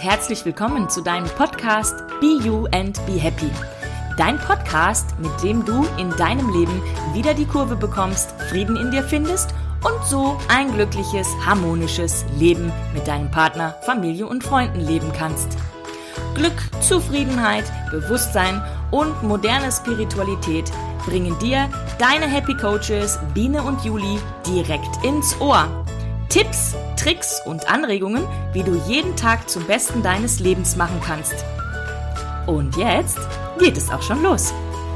herzlich willkommen zu deinem Podcast Be You and Be Happy. Dein Podcast, mit dem du in deinem Leben wieder die Kurve bekommst, Frieden in dir findest und so ein glückliches, harmonisches Leben mit deinem Partner, Familie und Freunden leben kannst. Glück, Zufriedenheit, Bewusstsein und moderne Spiritualität bringen dir deine Happy Coaches Biene und Juli direkt ins Ohr. Tipps, Tricks und Anregungen, wie du jeden Tag zum Besten deines Lebens machen kannst. Und jetzt geht es auch schon los.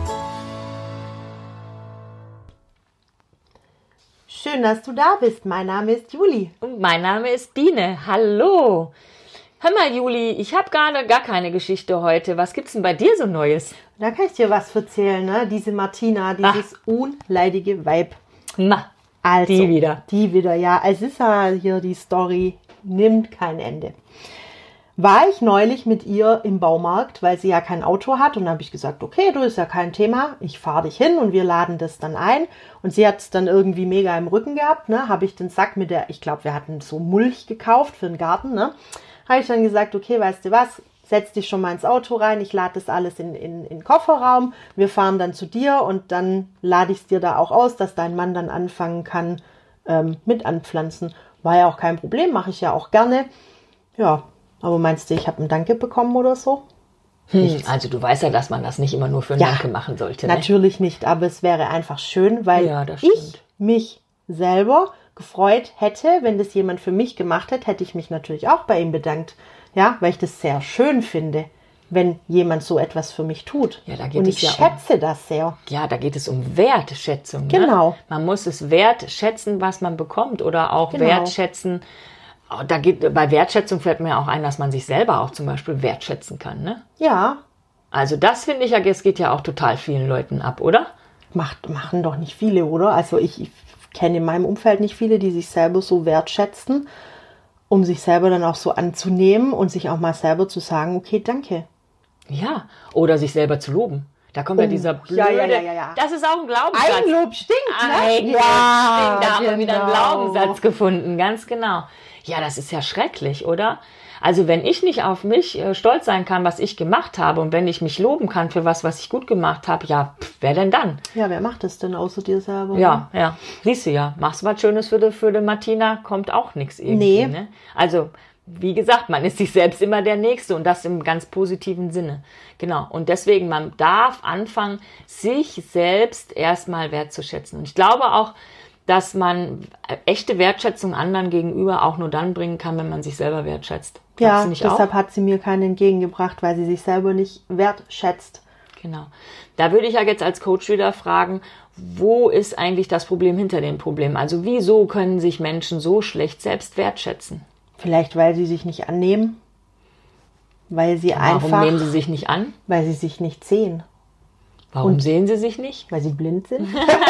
Schön, dass du da bist. Mein Name ist Juli. Und mein Name ist Biene. Hallo. Hör mal, Juli, ich habe gerade gar keine Geschichte heute. Was gibt's denn bei dir so Neues? Da kann ich dir was erzählen, ne? Diese Martina, dieses unleidige Weib. Na, also, die wieder. Die wieder, ja. Es ist ja hier, die Story nimmt kein Ende. War ich neulich mit ihr im Baumarkt, weil sie ja kein Auto hat. Und dann habe ich gesagt, okay, du, ist ja kein Thema. Ich fahre dich hin und wir laden das dann ein. Und sie hat es dann irgendwie mega im Rücken gehabt. Ne? Habe ich den Sack mit ich glaube, wir hatten so Mulch gekauft für den Garten. Ne? Habe ich dann gesagt, okay, weißt du was, setz dich schon mal ins Auto rein. Ich lade das alles in den Kofferraum. Wir fahren dann zu dir und dann lade ich es dir da auch aus, dass dein Mann dann anfangen kann mit anpflanzen. War ja auch kein Problem, mache ich ja auch gerne. Ja. Aber meinst du, ich habe ein Danke bekommen oder so? Also du weißt ja, dass man das nicht immer nur für ein Danke machen sollte. Ne? Natürlich nicht, aber es wäre einfach schön, weil ich mich selber gefreut hätte, wenn das jemand für mich gemacht hätte, hätte ich mich natürlich auch bei ihm bedankt. Ja, weil ich das sehr schön finde, wenn jemand so etwas für mich tut. Ja, da geht und es ich schätze das sehr. Ja, da geht es um Wertschätzung. Genau. Ne? Man muss es wertschätzen, was man bekommt oder auch wertschätzen. Bei Wertschätzung fällt mir auch ein, dass man sich selber auch zum Beispiel wertschätzen kann, ne? Ja. Also das finde ich ja, es geht ja auch total vielen Leuten ab, oder? Machen doch nicht viele, oder? Also ich kenne in meinem Umfeld nicht viele, die sich selber so wertschätzen, um sich selber dann auch so anzunehmen und sich auch mal selber zu sagen, okay, danke. Ja, oder sich selber zu loben. Da kommt ja dieser blöde... Ja. Das ist auch ein Glaubenssatz. Eigenlob stinkt, ne? Eigenlob stinkt. Da haben wir wieder einen Glaubenssatz gefunden, ganz genau. Ja, das ist ja schrecklich, oder? Also wenn ich nicht auf mich stolz sein kann, was ich gemacht habe und wenn ich mich loben kann für was ich gut gemacht habe, ja, wer denn dann? Ja, wer macht das denn außer dir selber? Ja, ne? Ja. Siehst du ja, machst du was Schönes für die Martina, kommt auch nichts irgendwie. Nee. Ne? Also, wie gesagt, man ist sich selbst immer der Nächste und das im ganz positiven Sinne. Genau. Und deswegen, man darf anfangen, sich selbst erstmal wertzuschätzen. Und ich glaube auch, dass man echte Wertschätzung anderen gegenüber auch nur dann bringen kann, wenn man sich selber wertschätzt. Ja, deshalb hat sie mir keinen entgegengebracht, weil sie sich selber nicht wertschätzt. Genau. Da würde ich ja jetzt als Coach wieder fragen, wo ist eigentlich das Problem hinter dem Problem? Also wieso können sich Menschen so schlecht selbst wertschätzen? Vielleicht, weil sie sich nicht annehmen. Weil sie Warum nehmen sie sich nicht an? Weil sie sich nicht sehen. Warum sehen sie sich nicht? Weil sie blind sind.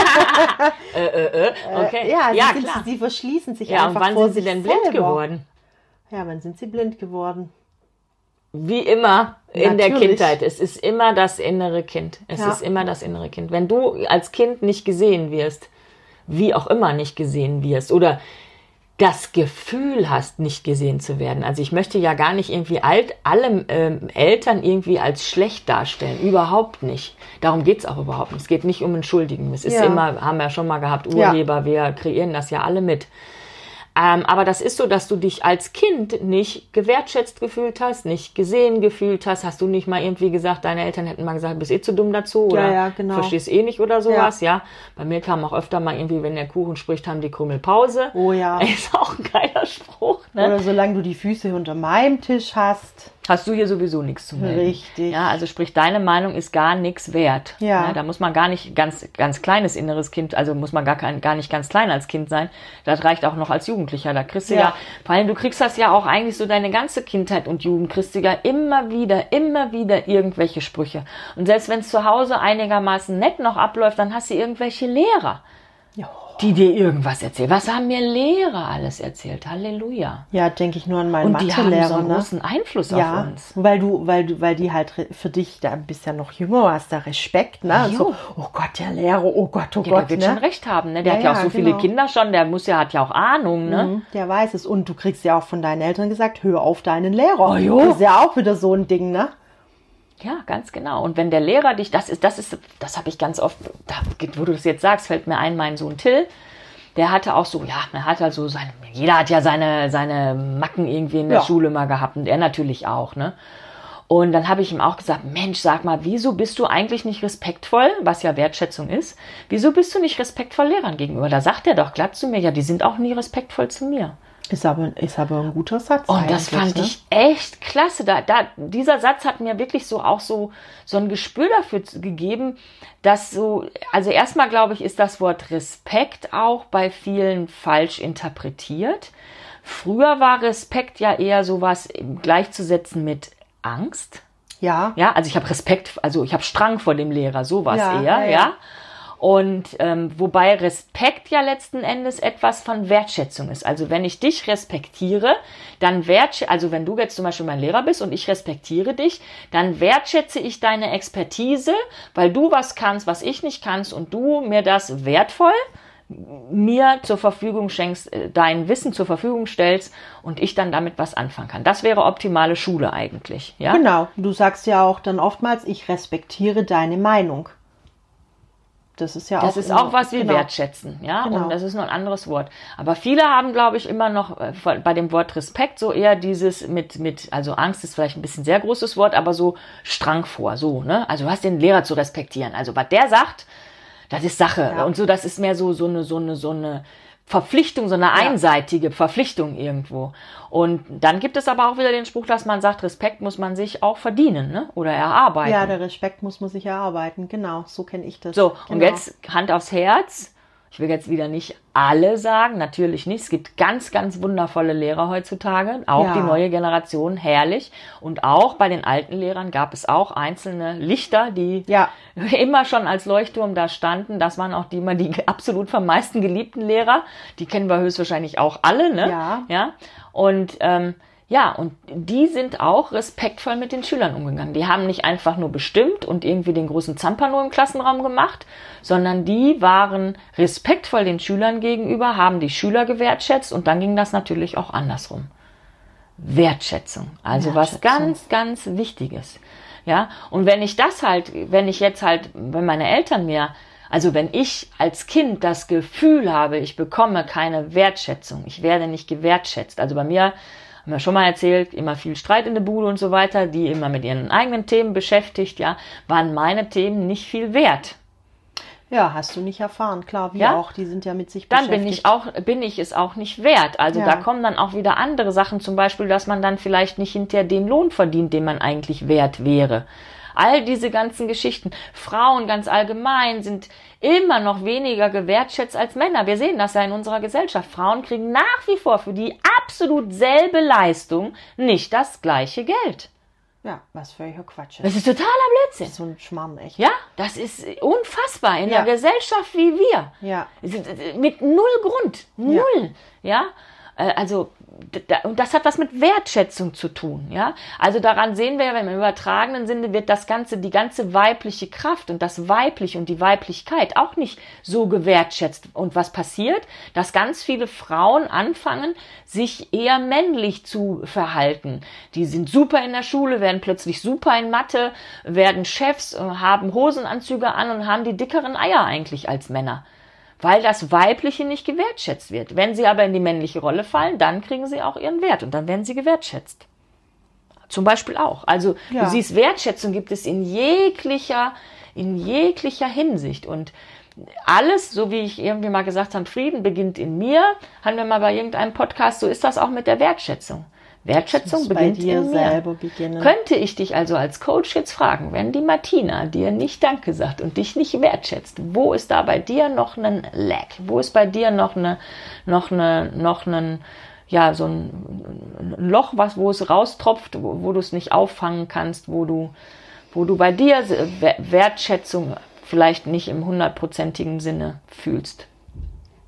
Okay. Klar. Sie verschließen sich einfach vor sich. Ja, und wann sind sie denn blind geworden? Ja, wann sind sie blind geworden? Wie immer in der Kindheit. Es ist immer das innere Kind. Es ist immer das innere Kind. Wenn du als Kind nicht gesehen wirst, wie auch immer nicht gesehen wirst, oder das Gefühl hast, nicht gesehen zu werden. Also ich möchte ja gar nicht irgendwie alle Eltern irgendwie als schlecht darstellen. Überhaupt nicht. Darum geht's auch überhaupt nicht. Es geht nicht um Entschuldigen. Es ist immer, haben wir ja schon mal gehabt, Urheber, wir kreieren das ja alle mit. Aber das ist so, dass du dich als Kind nicht gewertschätzt gefühlt hast, nicht gesehen gefühlt hast. Hast du nicht mal irgendwie gesagt, deine Eltern hätten mal gesagt, bist eh zu dumm dazu oder genau. Verstehst eh nicht oder sowas, ja. Bei mir kam auch öfter mal irgendwie, wenn der Kuchen spricht, haben die Krümelpause. Oh ja. Ist auch ein geiler Spruch, ne? Oder solange du die Füße unter meinem Tisch hast. Hast du hier sowieso nichts zu melden. Richtig. Ja, also sprich, deine Meinung ist gar nichts wert. Ja. Da muss man gar nicht ganz kleines inneres Kind, also muss man gar nicht ganz klein als Kind sein. Das reicht auch noch als Jugendlicher. Da kriegst du vor allem du kriegst das ja auch eigentlich so deine ganze Kindheit und Jugend, kriegst du ja immer wieder irgendwelche Sprüche. Und selbst wenn es zu Hause einigermaßen nett noch abläuft, dann hast du irgendwelche Lehrer. Ja. Die dir irgendwas erzählen. Was haben mir Lehrer alles erzählt? Halleluja. Ja, denke ich nur an meinen Und die Mathelehrer. haben so einen ne? großen Einfluss auf uns. Weil die halt für dich, da bist ja noch jünger, hast da Respekt, ne? Und so, oh Gott, der Lehrer, oh Gott, Der Gott, wird ne? schon recht haben, ne? Der hat ja auch so viele Kinder schon, der hat ja auch Ahnung, ne? Der weiß es. Und du kriegst ja auch von deinen Eltern gesagt, hör auf deinen Lehrer. Oh, jo. Das ist ja auch wieder so ein Ding, ne? Ja, ganz genau. Und wenn der Lehrer dich, das habe ich ganz oft, wo du das jetzt sagst, fällt mir ein, mein Sohn Till, der hatte auch so, jeder hat ja seine Macken irgendwie in der Schule mal gehabt und er natürlich auch, ne? Und dann habe ich ihm auch gesagt, Mensch, sag mal, wieso bist du eigentlich nicht respektvoll, was ja Wertschätzung ist, wieso bist du nicht respektvoll Lehrern gegenüber? Da sagt er doch glatt zu mir, ja, die sind auch nie respektvoll zu mir. Ist aber ein guter Satz. Und das fand ich echt klasse. Dieser Satz hat mir wirklich so ein Gespür dafür gegeben, dass so, also erstmal glaube ich, ist das Wort Respekt auch bei vielen falsch interpretiert. Früher war Respekt ja eher sowas gleichzusetzen mit Angst. Ja. Ja, also ich habe Respekt, also ich habe Strang vor dem Lehrer, sowas eher, ja. Und wobei Respekt ja letzten Endes etwas von Wertschätzung ist. Also wenn ich dich respektiere, dann also wenn du jetzt zum Beispiel mein Lehrer bist und ich respektiere dich, dann wertschätze ich deine Expertise, weil du was kannst, was ich nicht kann und du mir das wertvoll mir zur Verfügung schenkst, dein Wissen zur Verfügung stellst und ich dann damit was anfangen kann. Das wäre optimale Schule eigentlich. Ja? Genau. Du sagst ja auch dann oftmals, ich respektiere deine Meinung. Das ist ja das ist auch was wie wertschätzen, ja, und das ist nur ein anderes Wort. Aber viele haben, glaube ich, immer noch bei dem Wort Respekt so eher dieses also Angst ist vielleicht ein bisschen sehr großes Wort, aber so Strang vor, so, ne? Also du hast den Lehrer zu respektieren. Also was der sagt, das ist Sache. Ja. Und so, das ist mehr so eine Verpflichtung, so eine einseitige Verpflichtung irgendwo. Und dann gibt es aber auch wieder den Spruch, dass man sagt, Respekt muss man sich auch verdienen, ne? Oder erarbeiten. Ja, der Respekt muss man sich erarbeiten, genau, so kenne ich das. So, genau. Und jetzt Hand aufs Herz. Ich will jetzt wieder nicht alle sagen, natürlich nicht. Es gibt ganz, ganz wundervolle Lehrer heutzutage, auch die neue Generation, herrlich. Und auch bei den alten Lehrern gab es auch einzelne Lichter, die immer schon als Leuchtturm da standen. Das waren auch die absolut vom meisten geliebten Lehrer. Die kennen wir höchstwahrscheinlich auch alle, ne? Ja. Und und die sind auch respektvoll mit den Schülern umgegangen. Die haben nicht einfach nur bestimmt und irgendwie den großen Zampano im Klassenraum gemacht, sondern die waren respektvoll den Schülern gegenüber, haben die Schüler gewertschätzt und dann ging das natürlich auch andersrum. Wertschätzung, also was ganz, ganz Wichtiges. Ja, und wenn meine Eltern wenn ich als Kind das Gefühl habe, ich bekomme keine Wertschätzung, ich werde nicht gewertschätzt, also bei mir, haben wir schon mal erzählt, immer viel Streit in der Bude und so weiter, die immer mit ihren eigenen Themen beschäftigt, waren meine Themen nicht viel wert. Ja, hast du nicht erfahren, klar, wir auch, die sind ja mit sich beschäftigt. Dann bin ich es auch nicht wert. Also da kommen dann auch wieder andere Sachen, zum Beispiel, dass man dann vielleicht nicht hinterher den Lohn verdient, den man eigentlich wert wäre. All diese ganzen Geschichten. Frauen ganz allgemein sind immer noch weniger gewertschätzt als Männer. Wir sehen das ja in unserer Gesellschaft. Frauen kriegen nach wie vor für die absolut selbe Leistung nicht das gleiche Geld. Ja, was völliger Quatsch ist. Das ist totaler Blödsinn. Das ist so ein Schmarrn, echt. Ja, das ist unfassbar in einer Gesellschaft wie wir. Ja. Mit null Grund. Null. Ja. Und das hat was mit Wertschätzung zu tun, ja. Also daran sehen wir ja, im übertragenen Sinne wird die ganze weibliche Kraft und das Weibliche und die Weiblichkeit auch nicht so gewertschätzt. Und was passiert? Dass ganz viele Frauen anfangen, sich eher männlich zu verhalten. Die sind super in der Schule, werden plötzlich super in Mathe, werden Chefs, haben Hosenanzüge an und haben die dickeren Eier eigentlich als Männer. Weil das Weibliche nicht gewertschätzt wird. Wenn sie aber in die männliche Rolle fallen, dann kriegen sie auch ihren Wert und dann werden sie gewertschätzt. Zum Beispiel auch. Also du siehst, Wertschätzung gibt es in jeglicher Hinsicht. Und alles, so wie ich irgendwie mal gesagt habe, Frieden beginnt in mir, haben wir mal bei irgendeinem Podcast, so ist das auch mit der Wertschätzung. Wertschätzung beginnt in mir. Selber beginnen. Könnte ich dich also als Coach jetzt fragen, wenn die Martina dir nicht Danke sagt und dich nicht wertschätzt, wo ist da bei dir noch ein Lag? Wo ist bei dir noch ein Loch, wo es raustropft, wo du es nicht auffangen kannst, wo du bei dir Wertschätzung vielleicht nicht im 100%igen Sinne fühlst?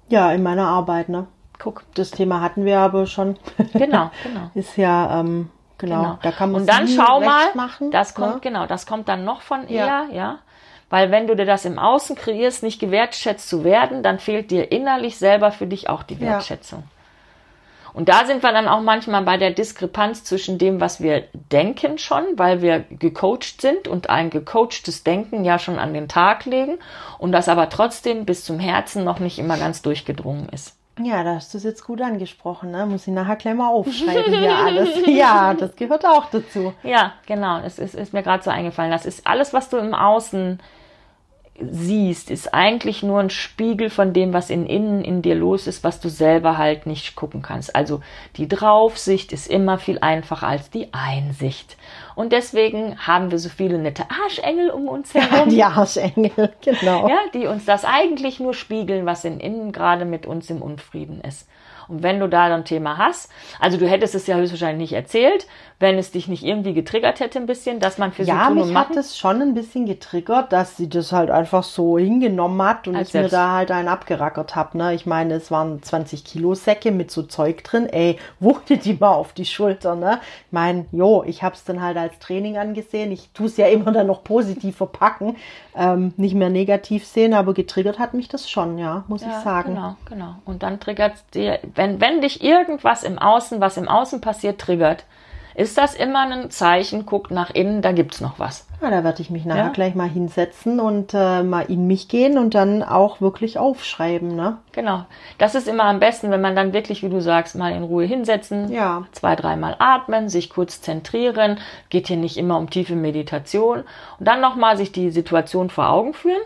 Ja, in meiner Arbeit, ne? Guck. Das Thema hatten wir aber schon. Genau. Ist ja, genau. Da kann man und dann schau mal, machen, das kommt, ne? Das kommt dann noch von eher, ja. Weil wenn du dir das im Außen kreierst, nicht gewertschätzt zu werden, dann fehlt dir innerlich selber für dich auch die Wertschätzung. Und da sind wir dann auch manchmal bei der Diskrepanz zwischen dem, was wir denken schon, weil wir gecoacht sind und ein gecoachtes Denken ja schon an den Tag legen und das aber trotzdem bis zum Herzen noch nicht immer ganz durchgedrungen ist. Ja, da hast du es jetzt gut angesprochen, ne? Muss ich nachher gleich mal aufschreiben hier alles. Ja, das gehört auch dazu. Ja, genau. Es ist mir gerade so eingefallen. Das ist alles, was du im Außen siehst, ist eigentlich nur ein Spiegel von dem, was innen in dir los ist, was du selber halt nicht gucken kannst. Also die Draufsicht ist immer viel einfacher als die Einsicht. Und deswegen haben wir so viele nette Arschengel um uns herum. Die Arschengel, genau. Ja, die uns das eigentlich nur spiegeln, was innen gerade mit uns im Unfrieden ist. Und wenn du da ein Thema hast, also du hättest es ja höchstwahrscheinlich nicht erzählt, wenn es dich nicht irgendwie getriggert hätte ein bisschen, dass man für sie tun und machen. Ja, mich hat es schon ein bisschen getriggert, dass sie das halt einfach so hingenommen hat und ich mir da halt einen abgerackert habe. Ne? Ich meine, es waren 20 Kilo Säcke mit so Zeug drin. Ey, wuchte die mal auf die Schulter. Ne? Ich meine, ich habe es dann halt als Training angesehen. Ich tue es ja immer dann noch positiv verpacken, nicht mehr negativ sehen, aber getriggert hat mich das schon, ja, muss ich sagen. Genau. Und dann triggert dir, wenn dich irgendwas was im Außen passiert, triggert, ist das immer ein Zeichen, guck nach innen, da gibt's noch was. Ja, da werde ich mich nachher gleich mal hinsetzen und mal in mich gehen und dann auch wirklich aufschreiben, ne? Genau. Das ist immer am besten, wenn man dann wirklich, wie du sagst, mal in Ruhe hinsetzen, 2-3 Mal atmen, sich kurz zentrieren, geht hier nicht immer um tiefe Meditation und dann nochmal sich die Situation vor Augen führen,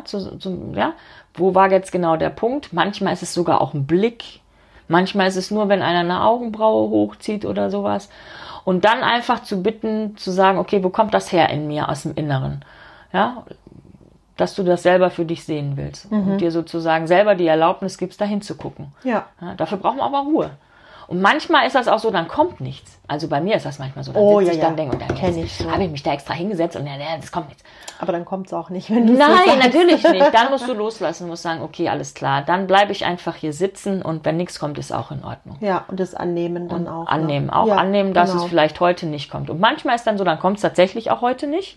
wo war jetzt genau der Punkt? Manchmal ist es sogar auch ein Blick, manchmal ist es nur, wenn einer eine Augenbraue hochzieht oder sowas. Und dann einfach zu bitten, zu sagen, okay, wo kommt das her in mir aus dem Inneren? Ja, dass du das selber für dich sehen willst. Und dir sozusagen selber die Erlaubnis gibst, da hinzugucken. Ja. Dafür braucht man aber Ruhe. Und manchmal ist das auch so, dann kommt nichts. Also bei mir ist das manchmal so. Dann sitze ich dann denke, und dann habe ich mich da extra hingesetzt und das kommt nichts. Aber dann kommt es auch nicht, wenn du Nein, natürlich nicht. Dann musst du loslassen, musst sagen, okay, alles klar. Dann bleibe ich einfach hier sitzen und wenn nichts kommt, ist auch in Ordnung. Ja, und das annehmen dann auch. Annehmen, ne? Annehmen, dass es vielleicht heute nicht kommt. Und manchmal ist dann so, dann kommt es tatsächlich auch heute nicht.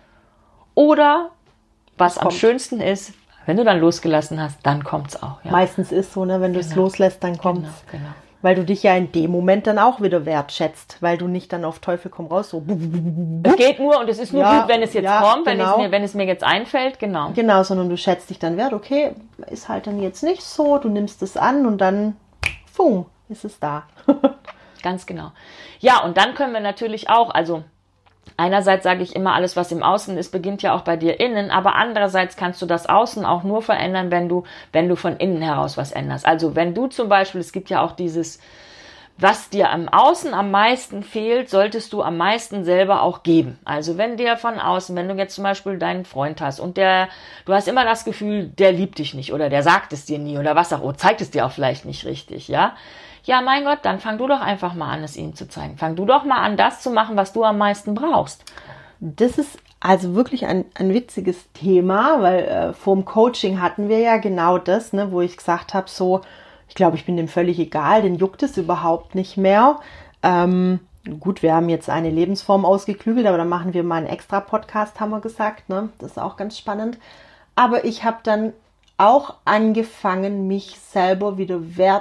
Oder was am schönsten ist, wenn du dann losgelassen hast, dann kommt es auch. Ja. Meistens ist so, ne, wenn du es loslässt, dann kommt es. Genau. Weil du dich ja in dem Moment dann auch wieder wertschätzt, weil du nicht dann auf Teufel komm raus so. Es geht nur und es ist nur gut, wenn es jetzt kommt, genau. wenn es mir jetzt einfällt, genau. Genau, sondern du schätzt dich dann wert, okay, ist halt dann jetzt nicht so, du nimmst es an und dann, ist es da. Ganz genau. Ja, und dann können wir natürlich auch, also einerseits sage ich immer, alles, was im Außen ist, beginnt ja auch bei dir innen, aber andererseits kannst du das Außen auch nur verändern, wenn du von innen heraus was änderst. Also wenn du zum Beispiel, es gibt ja auch dieses, was dir am Außen am meisten fehlt, solltest du am meisten selber auch geben. Also wenn dir von außen, wenn du jetzt zum Beispiel deinen Freund hast und du hast immer das Gefühl, der liebt dich nicht oder der sagt es dir nie oder was auch, zeigt es dir auch vielleicht nicht richtig, ja. Ja, mein Gott, dann fang du doch einfach mal an, es ihm zu zeigen. Fang du doch mal an, das zu machen, was du am meisten brauchst. Das ist also wirklich ein witziges Thema, weil vor dem Coaching hatten wir ja genau das, ne, wo ich gesagt habe, so, ich glaube, ich bin dem völlig egal, den juckt es überhaupt nicht mehr. Gut, wir haben jetzt eine Lebensform ausgeklügelt, aber dann machen wir mal einen extra Podcast, haben wir gesagt, ne? Das ist auch ganz spannend. Aber ich habe dann auch angefangen, mich selber wieder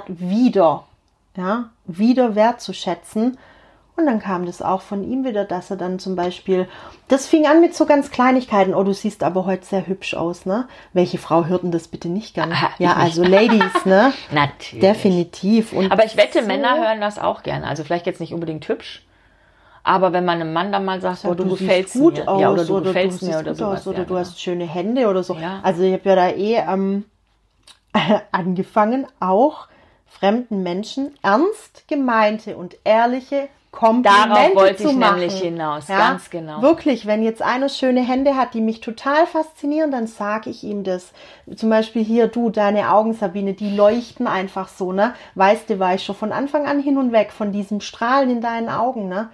wertzuschätzen. Und dann kam das auch von ihm wieder, dass er dann zum Beispiel, das fing an mit so ganz Kleinigkeiten. Oh, du siehst aber heute sehr hübsch aus, ne? Welche Frau hört denn das bitte nicht gern? Ja, also Ladies, ne? Natürlich. Definitiv. Und aber ich wette, Männer hören das auch gerne. Also vielleicht jetzt nicht unbedingt hübsch, aber wenn man einem Mann dann mal sagt, du gefällst gut mir. aus, Ja, oder du oder gefällst du mir siehst oder gut sowas. aus, oder ja, du hast schöne Hände oder so. Ja. Also ich habe ja da angefangen, auch fremden Menschen ernst gemeinte und ehrliche Komplimente Darauf wollte zu ich machen. nämlich hinaus, Ja? ganz genau. Wirklich, wenn jetzt einer schöne Hände hat, die mich total faszinieren, dann sage ich ihm das. Zum Beispiel hier, du, deine Augen, Sabine, die leuchten einfach so, ne? Weißt du, war ich schon von Anfang an hin und weg von diesem Strahlen in deinen Augen, ne?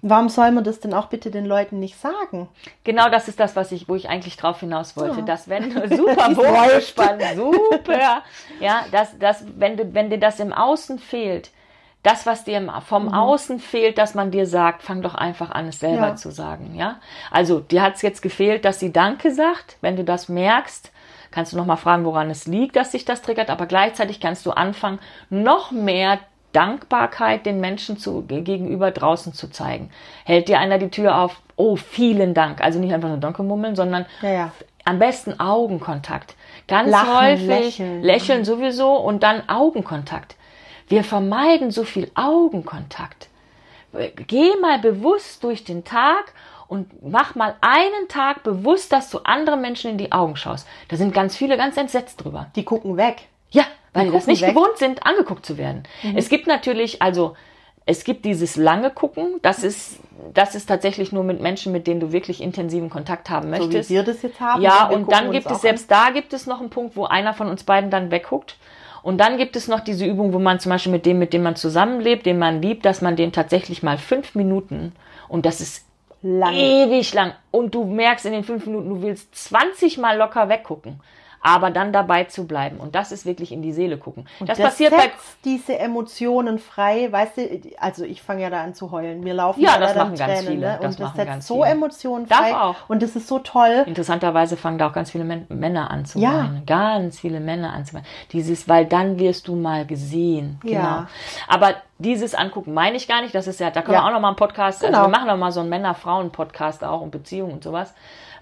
Warum soll man das denn auch bitte den Leuten nicht sagen? Genau, das ist das, wo ich eigentlich drauf hinaus wollte. Dass wenn du super Bogengespannt, super, ja, wenn dir das im Außen fehlt, das, was dir vom Außen fehlt, dass man dir sagt, fang doch einfach an, es selber zu sagen, ja. Also, dir hat es jetzt gefehlt, dass sie Danke sagt. Wenn du das merkst, kannst du noch mal fragen, woran es liegt, dass sich das triggert. Aber gleichzeitig kannst du anfangen, noch mehr Dankbarkeit den Menschen gegenüber draußen zu zeigen. Hält dir einer die Tür auf, oh, vielen Dank. Also nicht einfach nur Danke murmeln, sondern am besten Augenkontakt. Ganz Lachen, häufig lächeln sowieso und dann Augenkontakt. Wir vermeiden so viel Augenkontakt. Geh mal bewusst durch den Tag und mach mal einen Tag bewusst, dass du anderen Menschen in die Augen schaust. Da sind ganz viele ganz entsetzt drüber. Die gucken weg. Ja, weil die das nicht gewohnt sind, angeguckt zu werden. Es gibt natürlich, es gibt dieses lange Gucken, das ist tatsächlich nur mit Menschen, mit denen du wirklich intensiven Kontakt haben möchtest. So wie wir das jetzt haben. Ja, und dann gibt es, selbst da gibt es noch einen Punkt, wo einer von uns beiden dann wegguckt. Und dann gibt es noch diese Übung, wo man zum Beispiel mit dem man zusammenlebt, den man liebt, dass man den tatsächlich mal 5 Minuten, und das ist ewig lang, und du merkst in den 5 Minuten, du willst 20 Mal locker weggucken, aber dann dabei zu bleiben. Und das ist wirklich in die Seele gucken. Und das passiert setzt diese Emotionen frei, weißt du, also ich fange ja da an zu heulen. Mir laufen das machen Tränen, ganz viele. Ne? Und das setzt ganz so viele. Emotionen frei. Darf auch. Und das ist so toll. Interessanterweise fangen da auch ganz viele Männer an zu weinen. Ganz viele Männer an zu weinen. Weil dann wirst du mal gesehen. Genau. Ja. Aber dieses Angucken meine ich gar nicht. Das ist da können wir auch noch mal einen Podcast, also wir machen noch mal so einen Männer-Frauen-Podcast auch um Beziehungen und sowas.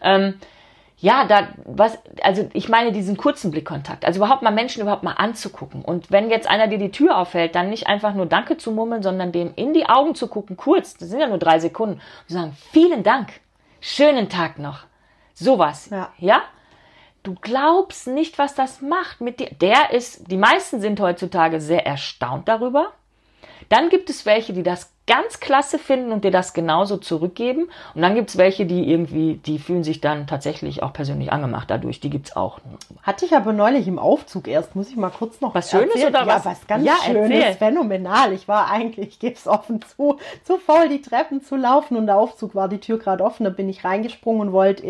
Also ich meine diesen kurzen Blickkontakt, also Menschen überhaupt mal anzugucken. Und wenn jetzt einer dir die Tür aufhält, dann nicht einfach nur Danke zu murmeln, sondern dem in die Augen zu gucken, kurz, das sind ja nur 3 Sekunden, und zu sagen, vielen Dank, schönen Tag noch. Sowas, ja? Du glaubst nicht, was das macht mit dir. Die meisten sind heutzutage sehr erstaunt darüber. Dann gibt es welche, die das ganz klasse finden und dir das genauso zurückgeben. Und dann gibt es welche, die fühlen sich dann tatsächlich auch persönlich angemacht dadurch. Die gibt's auch. Hatte ich aber neulich im Aufzug erst, muss ich mal kurz noch was Schönes erzählen. oder was? Ja, was ganz Schönes, phänomenal. Ich war eigentlich, ich gebe es offen zu faul, die Treppen zu laufen, und der Aufzug war die Tür gerade offen. Da bin ich reingesprungen und wollte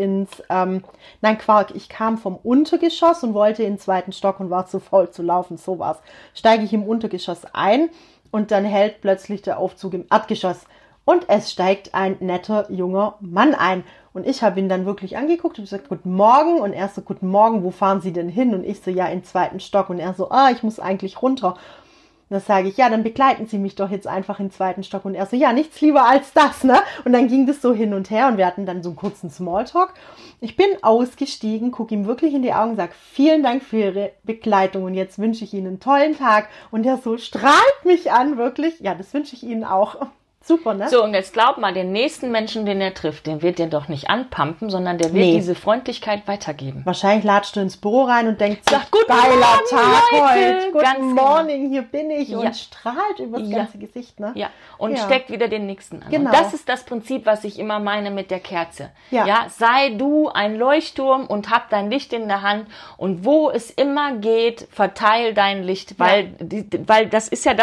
ich kam vom Untergeschoss und wollte in den 2. Stock und war zu faul zu laufen. So war's. Steige ich im Untergeschoss ein, und dann hält plötzlich der Aufzug im Erdgeschoss. Und es steigt ein netter, junger Mann ein. Und ich habe ihn dann wirklich angeguckt und gesagt, guten Morgen. Und er so, guten Morgen, wo fahren Sie denn hin? Und ich so, ja, in den 2. Stock. Und er so, ich muss eigentlich runter. Und dann sage ich, ja, dann begleiten Sie mich doch jetzt einfach in den 2. Stock. Und er so, ja, nichts lieber als das, ne? Und dann ging das so hin und her und wir hatten dann so einen kurzen Smalltalk. Ich bin ausgestiegen, gucke ihm wirklich in die Augen, sage, vielen Dank für Ihre Begleitung und jetzt wünsche ich Ihnen einen tollen Tag. Und er so strahlt mich an, wirklich. Ja, das wünsche ich Ihnen auch. Super, ne? So, und jetzt glaub mal, den nächsten Menschen, den er trifft, den wird der doch nicht anpumpen, sondern der wird diese Freundlichkeit weitergeben. Wahrscheinlich latscht du ins Büro rein und denkt, sagt, guten geiler Morgen, Tag Leute. heute, guten Morning, hier bin ich, Ja. und strahlt über das ganze Gesicht, ne? Ja, und steckt wieder den nächsten an. Genau. Und das ist das Prinzip, was ich immer meine mit der Kerze. Ja. Sei du ein Leuchtturm und hab dein Licht in der Hand, und wo es immer geht, verteil dein Licht, weil das ist ja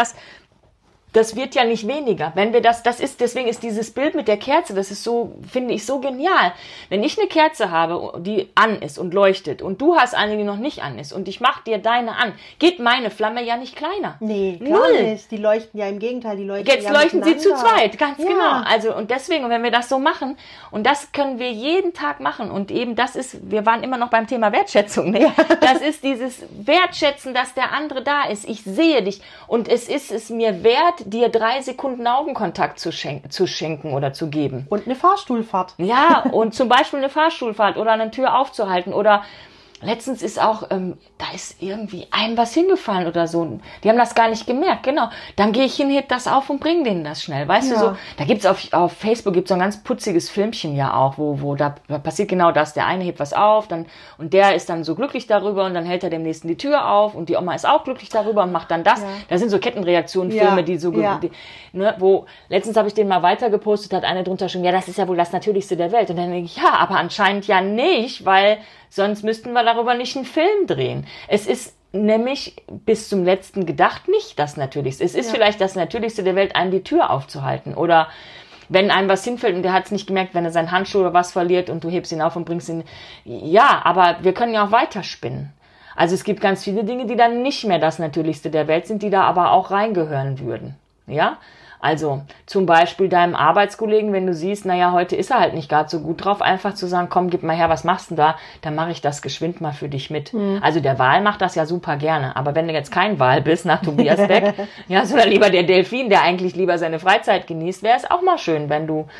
das wird ja nicht weniger. Wenn wir deswegen ist dieses Bild mit der Kerze, das ist so, finde ich, so genial. Wenn ich eine Kerze habe, die an ist und leuchtet, und du hast eine, die noch nicht an ist, und ich mach dir deine an, geht meine Flamme ja nicht kleiner. Nee, klar nicht. Die leuchten ja im Gegenteil, die leuchten jetzt leuchten sie zu zweit, ganz genau. Also, Und deswegen, wenn wir das so machen, und das können wir jeden Tag machen, und eben wir waren immer noch beim Thema Wertschätzung, ne? Ja. Das ist dieses Wertschätzen, dass der andere da ist. Ich sehe dich, und es ist es mir wert, dir 3 Sekunden Augenkontakt zu schenken oder zu geben. Und eine Fahrstuhlfahrt. Ja, und zum Beispiel eine Fahrstuhlfahrt oder eine Tür aufzuhalten, oder letztens ist auch, da ist irgendwie einem was hingefallen oder so. Die haben das gar nicht gemerkt, genau. Dann gehe ich hin, heb das auf und bring denen das schnell. Weißt du, so, da gibt's auf Facebook gibt's so ein ganz putziges Filmchen ja auch, wo da passiert genau das. Der eine hebt was auf, und der ist dann so glücklich darüber, und dann hält er dem nächsten die Tür auf, und die Oma ist auch glücklich darüber und macht dann das. Ja. Da sind so Kettenreaktionen, Filme, die so, wo, letztens habe ich den mal weitergepostet, hat eine drunter schon, ja, das ist ja wohl das Natürlichste der Welt. Und dann denke ich, ja, aber anscheinend ja nicht, weil sonst müssten wir darüber nicht einen Film drehen. Es ist nämlich bis zum letzten gedacht nicht das Natürlichste. Es ist vielleicht das Natürlichste der Welt, einem die Tür aufzuhalten. Oder wenn einem was hinfällt und der hat es nicht gemerkt, wenn er seinen Handschuh oder was verliert und du hebst ihn auf und bringst ihn, ja, aber wir können ja auch weiterspinnen. Also es gibt ganz viele Dinge, die dann nicht mehr das Natürlichste der Welt sind, die da aber auch reingehören würden, ja. Also zum Beispiel deinem Arbeitskollegen, wenn du siehst, naja, heute ist er halt nicht gerade so gut drauf, einfach zu sagen, komm, gib mal her, was machst du denn da? Dann mache ich das geschwind mal für dich mit. Also der Wal macht das ja super gerne. Aber wenn du jetzt kein Wal bist, nach Tobias Beck, ja, sondern lieber der Delfin, der eigentlich lieber seine Freizeit genießt, wäre es auch mal schön, wenn du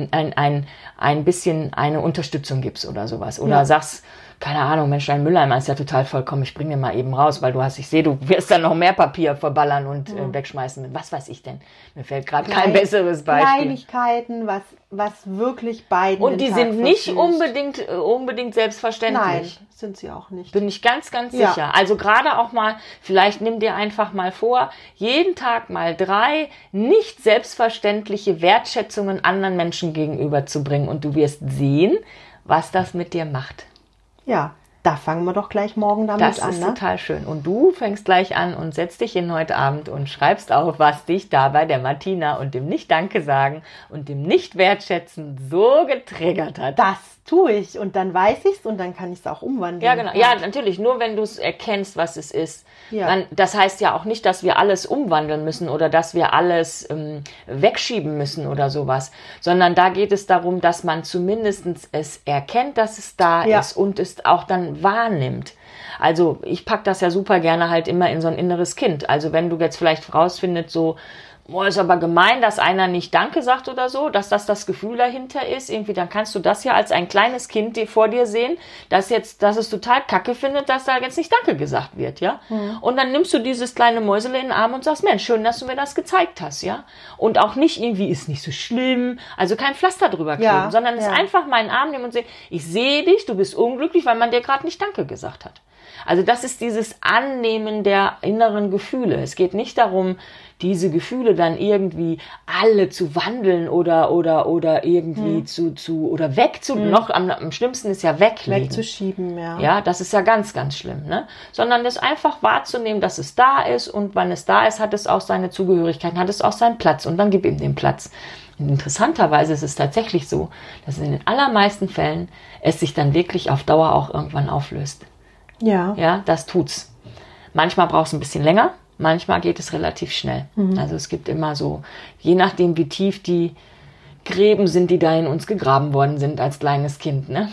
ein bisschen eine Unterstützung gibst oder sowas. Oder sagst, keine Ahnung, Mensch, dein Mülleimer ist ja total vollkommen, ich bringe den mal eben raus, weil ich sehe, du wirst dann noch mehr Papier verballern und wegschmeißen mit, was weiß ich denn? Mir fällt gerade kein besseres Beispiel. Kleinigkeiten, was wirklich beiden. Und die sind nicht unbedingt selbstverständlich. Nein, sind sie auch nicht. Bin ich ganz, ganz sicher. Also gerade auch mal, vielleicht nimm dir einfach mal vor, jeden Tag mal 3 nicht selbstverständliche Wertschätzungen anderen Menschen gegenüber zu bringen und du wirst sehen, was das mit dir macht. Ja, da fangen wir doch gleich morgen damit an. Das ist total schön. Und du fängst gleich an und setzt dich hin heute Abend und schreibst auf, was dich da bei der Martina und dem Nicht-Danke sagen und dem Nicht-Wertschätzen so getriggert hat. Das tue ich und dann weiß ich es und dann kann ich es auch umwandeln. Ja, genau. Ja, natürlich. Nur wenn du es erkennst, was es ist. Ja. Dann, das heißt ja auch nicht, dass wir alles umwandeln müssen oder dass wir alles wegschieben müssen oder sowas, sondern da geht es darum, dass man zumindest es erkennt, dass es da ist und es auch dann wahrnimmt. Also ich pack das ja super gerne halt immer in so ein inneres Kind. Also wenn du jetzt vielleicht rausfindest, so, ist aber gemein, dass einer nicht Danke sagt oder so, dass das Gefühl dahinter ist, irgendwie, dann kannst du das ja als ein kleines Kind vor dir sehen, dass es total kacke findet, dass da jetzt nicht Danke gesagt wird, ja. Und dann nimmst du dieses kleine Mäusele in den Arm und sagst, Mensch, schön, dass du mir das gezeigt hast, ja. Und auch nicht irgendwie, ist nicht so schlimm, also kein Pflaster drüber kleben, sondern es einfach mal in den Arm nehmen und sehen, ich sehe dich, du bist unglücklich, weil man dir gerade nicht Danke gesagt hat. Also das ist dieses Annehmen der inneren Gefühle. Es geht nicht darum, diese Gefühle dann irgendwie alle zu wandeln oder irgendwie oder noch am schlimmsten ist ja weglegen. Wegzuschieben, ja. Ja, das ist ja ganz, ganz schlimm, ne? Sondern das einfach wahrzunehmen, dass es da ist und wenn es da ist, hat es auch seine Zugehörigkeit, hat es auch seinen Platz und dann gib ihm den Platz. Und interessanterweise ist es tatsächlich so, dass in den allermeisten Fällen es sich dann wirklich auf Dauer auch irgendwann auflöst. Ja. Ja, das tut's. Manchmal braucht es ein bisschen länger, manchmal geht es relativ schnell. Also es gibt immer so, je nachdem wie tief die Gräben sind, die da in uns gegraben worden sind als kleines Kind, ne?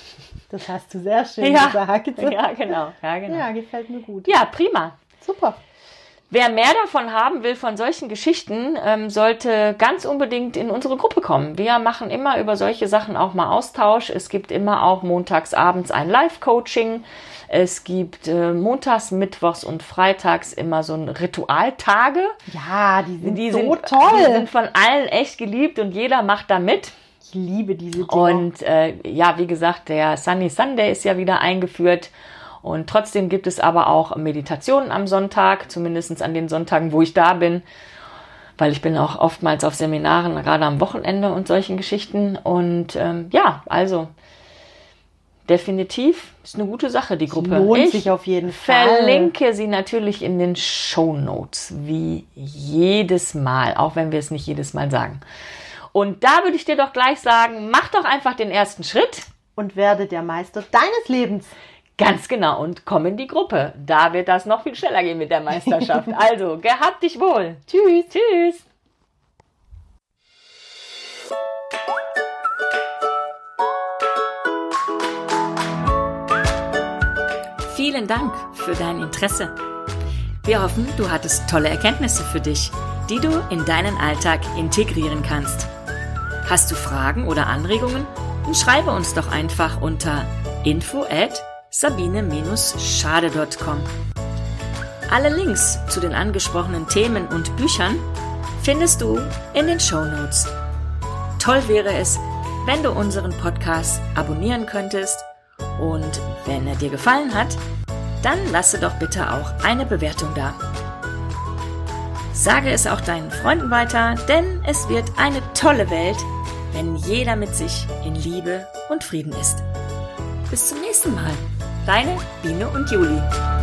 Das hast du sehr schön gesagt. Ja, genau. Ja, gefällt mir gut. Ja, prima. Super. Wer mehr davon haben will, von solchen Geschichten, sollte ganz unbedingt in unsere Gruppe kommen. Wir machen immer über solche Sachen auch mal Austausch. Es gibt immer auch montags abends ein Live-Coaching. Es gibt montags, mittwochs und freitags immer so ein Ritualtage. Ja, die sind so toll. Die sind von allen echt geliebt und jeder macht da mit. Ich liebe diese Dinge. Und wie gesagt, der Sunny Sunday ist ja wieder eingeführt. Und trotzdem gibt es aber auch Meditationen am Sonntag, zumindest an den Sonntagen, wo ich da bin, weil ich bin auch oftmals auf Seminaren, gerade am Wochenende und solchen Geschichten. Und also definitiv ist eine gute Sache, die Gruppe. Lohnt sich auf jeden Fall. Verlinke sie natürlich in den Shownotes, wie jedes Mal, auch wenn wir es nicht jedes Mal sagen. Und da würde ich dir doch gleich sagen, mach doch einfach den ersten Schritt. Und werde der Meister deines Lebens. Ganz genau. Und komm in die Gruppe. Da wird das noch viel schneller gehen mit der Meisterschaft. Also, gehabt dich wohl. Tschüss. Tschüss. Vielen Dank für dein Interesse. Wir hoffen, du hattest tolle Erkenntnisse für dich, die du in deinen Alltag integrieren kannst. Hast du Fragen oder Anregungen? Dann schreibe uns doch einfach unter info@sabine-schade.com. Alle Links zu den angesprochenen Themen und Büchern findest du in den Shownotes. Toll wäre es, wenn du unseren Podcast abonnieren könntest und wenn er dir gefallen hat, dann lasse doch bitte auch eine Bewertung da. Sage es auch deinen Freunden weiter, denn es wird eine tolle Welt, wenn jeder mit sich in Liebe und Frieden ist. Bis zum nächsten Mal. Deine Biene und Juli.